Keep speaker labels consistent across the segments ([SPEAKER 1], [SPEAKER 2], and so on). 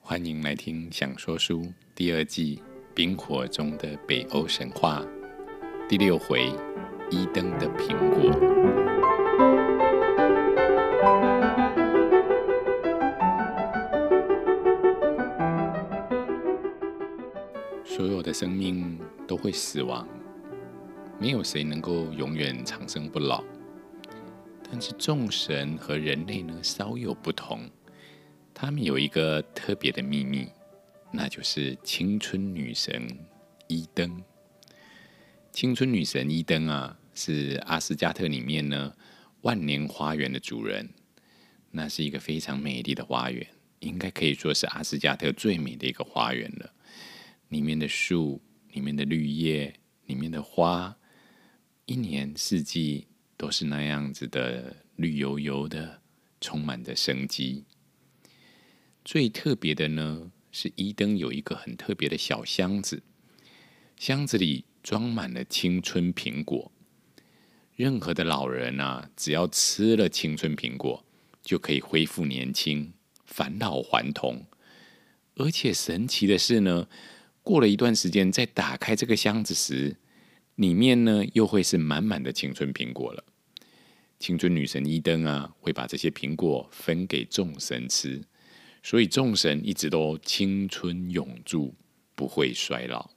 [SPEAKER 1] 欢迎来听想说书第二季冰火中的北欧神话第6回伊登的苹果。所有的生命都会死亡，没有谁能够永远长生不老。但是众神和人类呢，稍有不同。他们有一个特别的秘密，那就是青春女神伊登。青春女神伊登啊，是阿斯加特里面呢万年花园的主人。那是一个非常美丽的花园，应该可以说是阿斯加特最美的一个花园了。里面的树，里面的绿叶，里面的花，一年四季都是那样子的绿油油的，充满着生机。最特别的呢，是伊登有一个很特别的小箱子，箱子里装满了青春苹果。任何的老人啊，只要吃了青春苹果，就可以恢复年轻，返老还童。而且神奇的是呢，过了一段时间，再打开这个箱子时，里面呢又会是满满的青春苹果了。青春女神伊登啊，会把这些苹果分给众神吃。所以众神一直都青春永驻，不会衰老。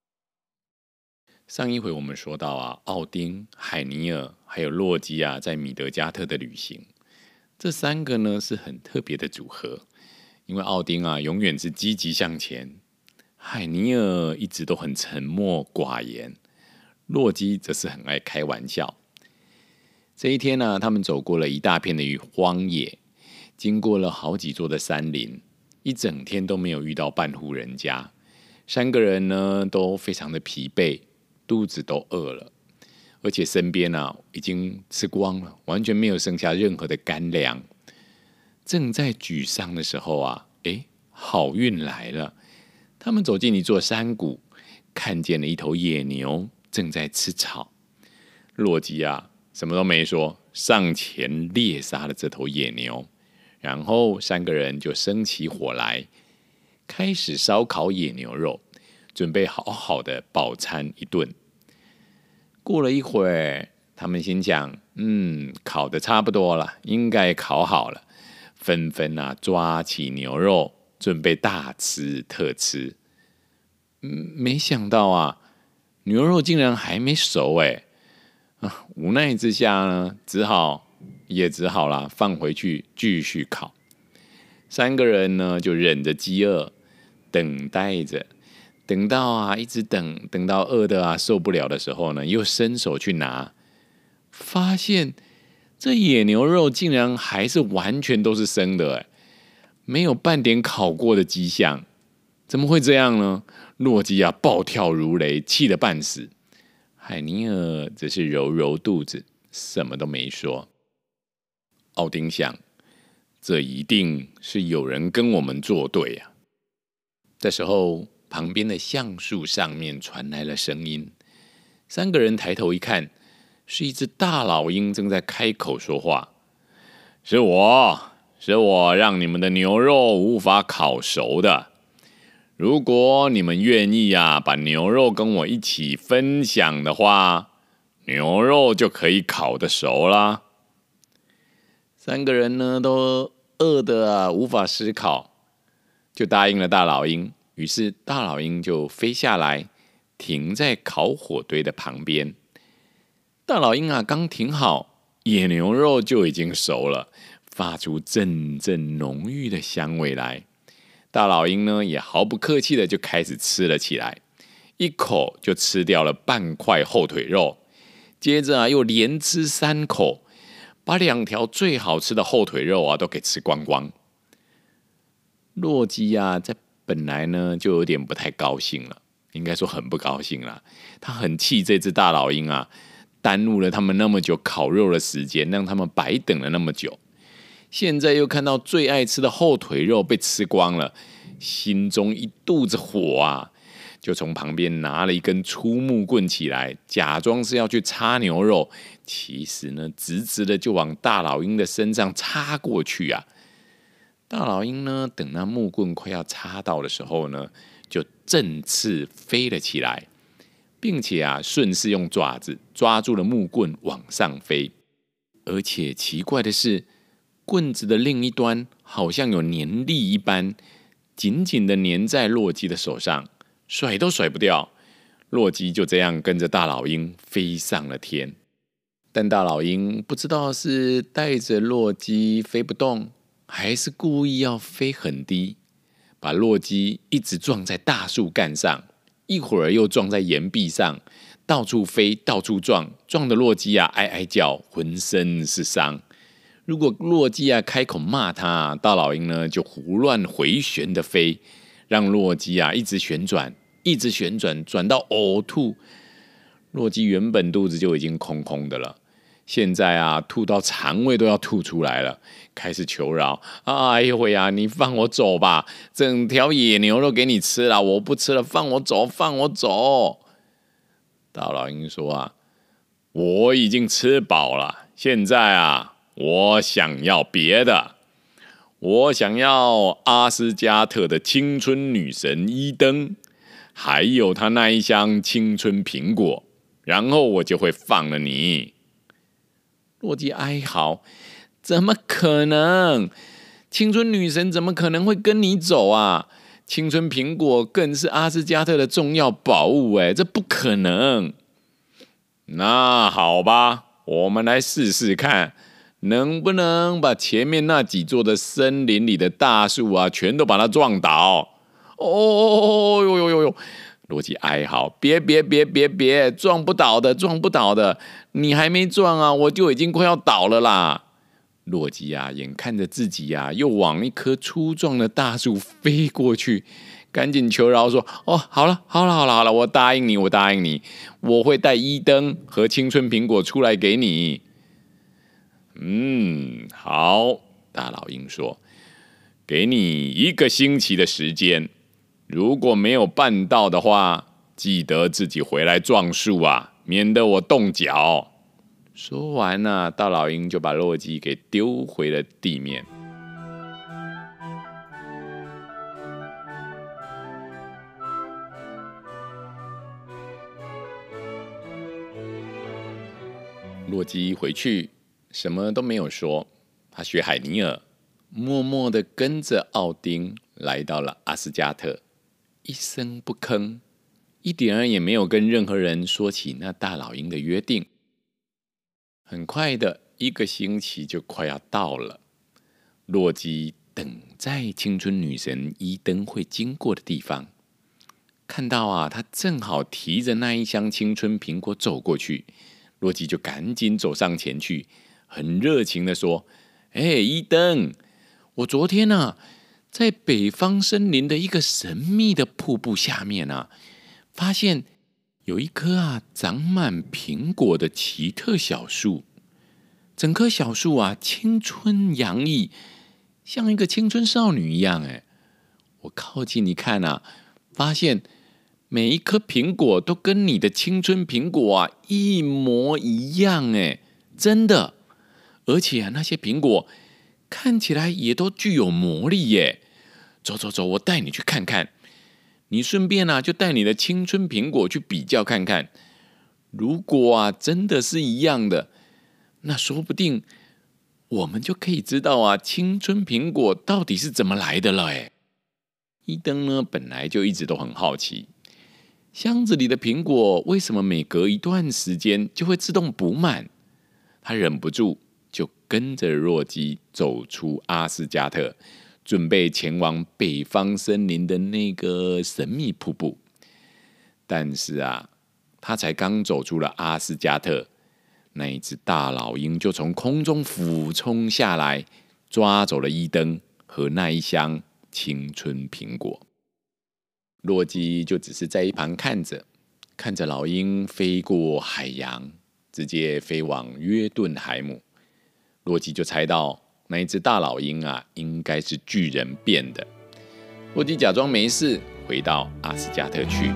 [SPEAKER 1] 上一回我们说到啊，奥丁、海尼尔还有洛基啊，在米德加特的旅行，这三个呢是很特别的组合。因为奥丁啊，永远是积极向前；海尼尔一直都很沉默寡言；洛基则是很爱开玩笑。这一天呢，他们走过了一大片的荒野。经过了好几座的山林，一整天都没有遇到半户人家。三个人呢都非常的疲惫，肚子都饿了，而且身边啊已经吃光了，完全没有剩下任何的干粮。正在沮丧的时候啊，好运来了！他们走进一座山谷，看见了一头野牛正在吃草。洛基啊什么都没说，上前猎杀了这头野牛。然后三个人就生起火来，开始烧烤野牛肉，准备好好的饱餐一顿。过了一会儿，他们心想，烤得差不多了，应该烤好了，纷纷抓起牛肉，准备大吃特吃。没想到啊，牛肉竟然还没熟无奈之下呢，只好啦，放回去继续烤。三个人呢就忍着饥饿，等待着，等到一直等到饿的受不了的时候呢，又伸手去拿，发现这野牛肉竟然还是完全都是生的，没有半点烤过的迹象。怎么会这样呢？洛基暴跳如雷，气得半死。海尼尔只是揉揉肚子，什么都没说。奥丁想，这一定是有人跟我们作对啊。这时候，旁边的橡树上面传来了声音。三个人抬头一看，是一只大老鹰正在开口说话：“是我让你们的牛肉无法烤熟的。如果你们愿意把牛肉跟我一起分享的话，牛肉就可以烤得熟啦。”三个人呢都饿得无法思考，就答应了大老鹰。于是大老鹰就飞下来，停在烤火堆的旁边。大老鹰刚停好，野牛肉就已经熟了，发出阵阵浓郁的香味来。大老鹰呢也毫不客气的就开始吃了起来，一口就吃掉了半块后腿肉，接着又连吃3口，把2条最好吃的后腿肉都给吃光光。洛基在本来呢就有点不太高兴了，应该说很不高兴了。他很气这只大老鹰耽误了他们那么久烤肉的时间，让他们白等了那么久。现在又看到最爱吃的后腿肉被吃光了，心中一肚子火就从旁边拿了一根粗木棍起来，假装是要去插牛肉，其实呢直直的就往大老鹰的身上插过去大老鹰呢，等那木棍快要插到的时候呢，就振翅飞了起来，并且顺势用爪子抓住了木棍往上飞。而且奇怪的是，棍子的另一端好像有粘力一般，紧紧的粘在洛基的手上，甩都甩不掉。洛基就这样跟着大老鹰飞上了天。但大老鹰不知道是带着洛基飞不动，还是故意要飞很低，把洛基一直撞在大树干上，一会儿又撞在岩壁上，到处飞到处撞，撞得洛基哀哀叫，浑身是伤。如果洛基开口骂他，大老鹰呢就胡乱回旋的飞，让洛基一直旋转，一直旋转，转到呕吐。洛基原本肚子就已经空空的了，现在吐到肠胃都要吐出来了，开始求饶：“哎呦喂你放我走吧，整条野牛都给你吃了，我不吃了，放我走，放我走。”大老鹰说：“我已经吃饱了，现在我想要别的，我想要阿斯加特的青春女神伊登，还有她那一箱青春苹果，然后我就会放了你。”洛基哀嚎：“怎么可能？青春女神怎么可能会跟你走啊？青春苹果更是阿斯加特的重要宝物，这不可能。”那好吧，我们来试试看，能不能把前面那几座的森林里的大树全都把它撞倒？哦呦呦呦呦！洛基哀嚎：“别，撞不倒的，撞不倒的！你还没撞我就已经快要倒了啦！”洛基眼看着自己又往一棵粗壮的大树飞过去，赶紧求饶说：“好了，我答应你，我会带伊登和青春苹果出来给你。”好，大老鹰说：“给你1个星期的时间，如果没有办到的话，记得自己回来撞树免得我动脚。”说完大老鹰就把洛基给丢回了地面。洛基回去什么都没有说，他学海尼尔，默默地跟着奥丁来到了阿斯加特，一声不吭，一点也没有跟任何人说起那大老鹰的约定。很快的1个星期就快要到了，洛基等在青春女神伊登会经过的地方，看到他正好提着那一箱青春苹果走过去，洛基就赶紧走上前去，很热情的说：“伊登，我昨天在北方森林的一个神秘的瀑布下面发现有一棵长满苹果的奇特小树，整棵小树青春洋溢，像一个青春少女一样。我靠近你看发现每一颗苹果都跟你的青春苹果一模一样，真的。而且那些苹果看起来也都具有魔力耶。走，我带你去看看。你顺便就带你的青春苹果去比较看看，如果真的是一样的，那说不定我们就可以知道青春苹果到底是怎么来的了。伊登呢，本来就一直都很好奇，箱子里的苹果为什么每隔一段时间就会自动补满？他忍不住就跟着洛基走出阿斯加特，准备前往北方森林的那个神秘瀑布。但是他才刚走出了阿斯加特，那一只大老鹰就从空中俯冲下来，抓走了伊登和那一箱青春苹果。洛基就只是在一旁看着老鹰飞过海洋，直接飞往约顿海姆。洛基就猜到那一只大老鹰应该是巨人变的。洛基假装没事，回到阿斯加特去。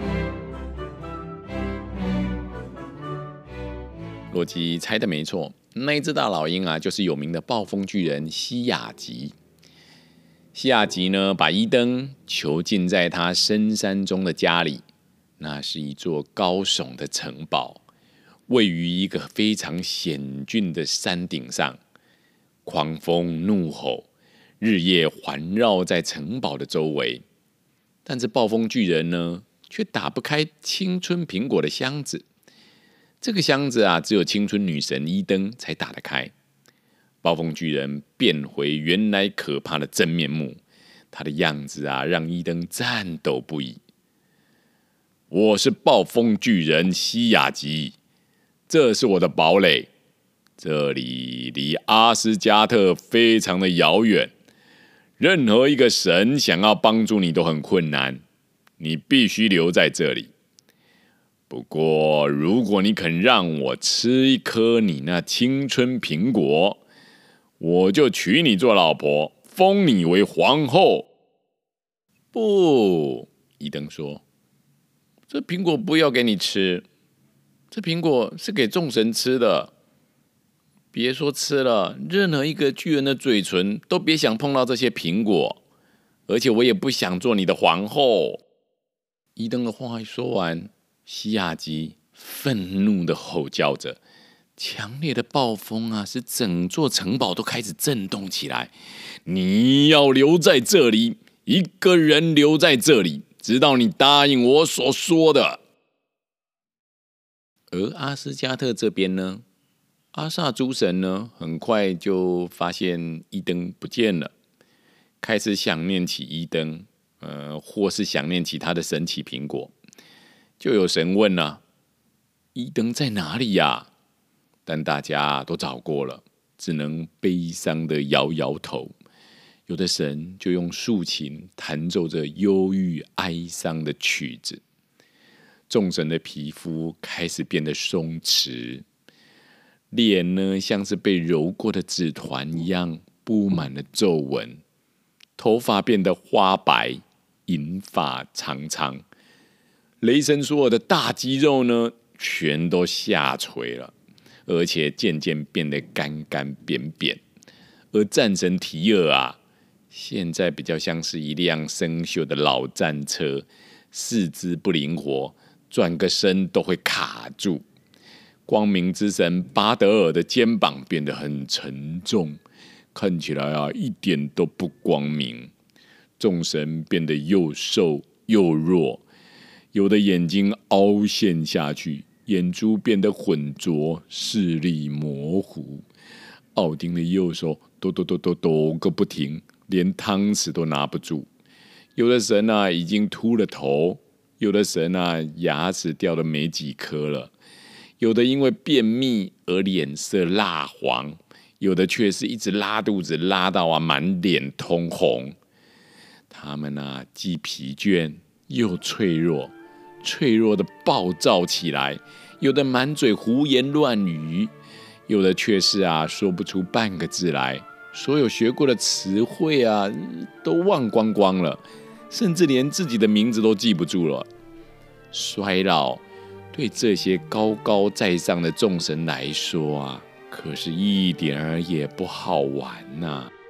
[SPEAKER 1] 洛基猜的没错， 那一只大老鹰啊，就是有名的暴风巨人西雅吉。西雅吉呢，把伊登囚禁在他深山中的家里，那是一座高耸的城堡，位于一个非常险峻的山顶上，狂风怒吼，日夜环绕在城堡的周围。但这暴风巨人呢，却打不开青春苹果的箱子。这个箱子啊，只有青春女神伊登才打得开。暴风巨人变回原来可怕的真面目，他的样子啊，让伊登颤抖不已。我是暴风巨人西雅吉，这是我的堡垒，这里离阿斯加特非常的遥远，任何一个神想要帮助你都很困难，你必须留在这里。不过，如果你肯让我吃一颗你那青春苹果，我就娶你做老婆，封你为皇后。不，伊登说，这苹果不要给你吃，这苹果是给众神吃的。别说吃了，任何一个巨人的嘴唇都别想碰到这些苹果，而且我也不想做你的皇后。伊登的话一说完，西雅吉愤怒的吼叫着，强烈的暴风啊，使整座城堡都开始震动起来。你要留在这里，一个人留在这里，直到你答应我所说的。而阿斯加特这边呢，阿萨诸神呢，很快就发现伊登不见了，开始想念起伊登，或是想念起他的神奇苹果。就有神问啊，伊登在哪里呀？但大家都找过了，只能悲伤的摇摇头。有的神就用竖琴弹奏着忧郁哀伤的曲子。众神的皮肤开始变得松弛，脸呢像是被揉过的纸团一样布满了皱纹，头发变得花白，银发长长。雷神所有的大肌肉呢，全都下垂了，而且渐渐变得干干扁扁。而战神提尔啊，现在比较像是一辆生锈的老战车，四肢不灵活，转个身都会卡住。光明之神巴德尔的肩膀变得很沉重，看起来啊一点都不光明。众神变得又瘦又弱，有的眼睛凹陷下去，眼珠变得浑浊，视力模糊。奥丁的右手抖个不停，连汤匙都拿不住。有的神啊已经秃了头，有的神啊牙齿掉了没几颗了，有的因为便秘而脸色蜡黄，有的却是一直拉肚子，拉到啊满脸通红。他们啊既疲倦又脆弱，脆弱的暴躁起来，有的满嘴胡言乱语，有的却是啊说不出半个字来，所有学过的词汇啊都忘光光了，甚至连自己的名字都记不住了。衰老对这些高高在上的众神来说啊，可是一点儿也不好玩呐。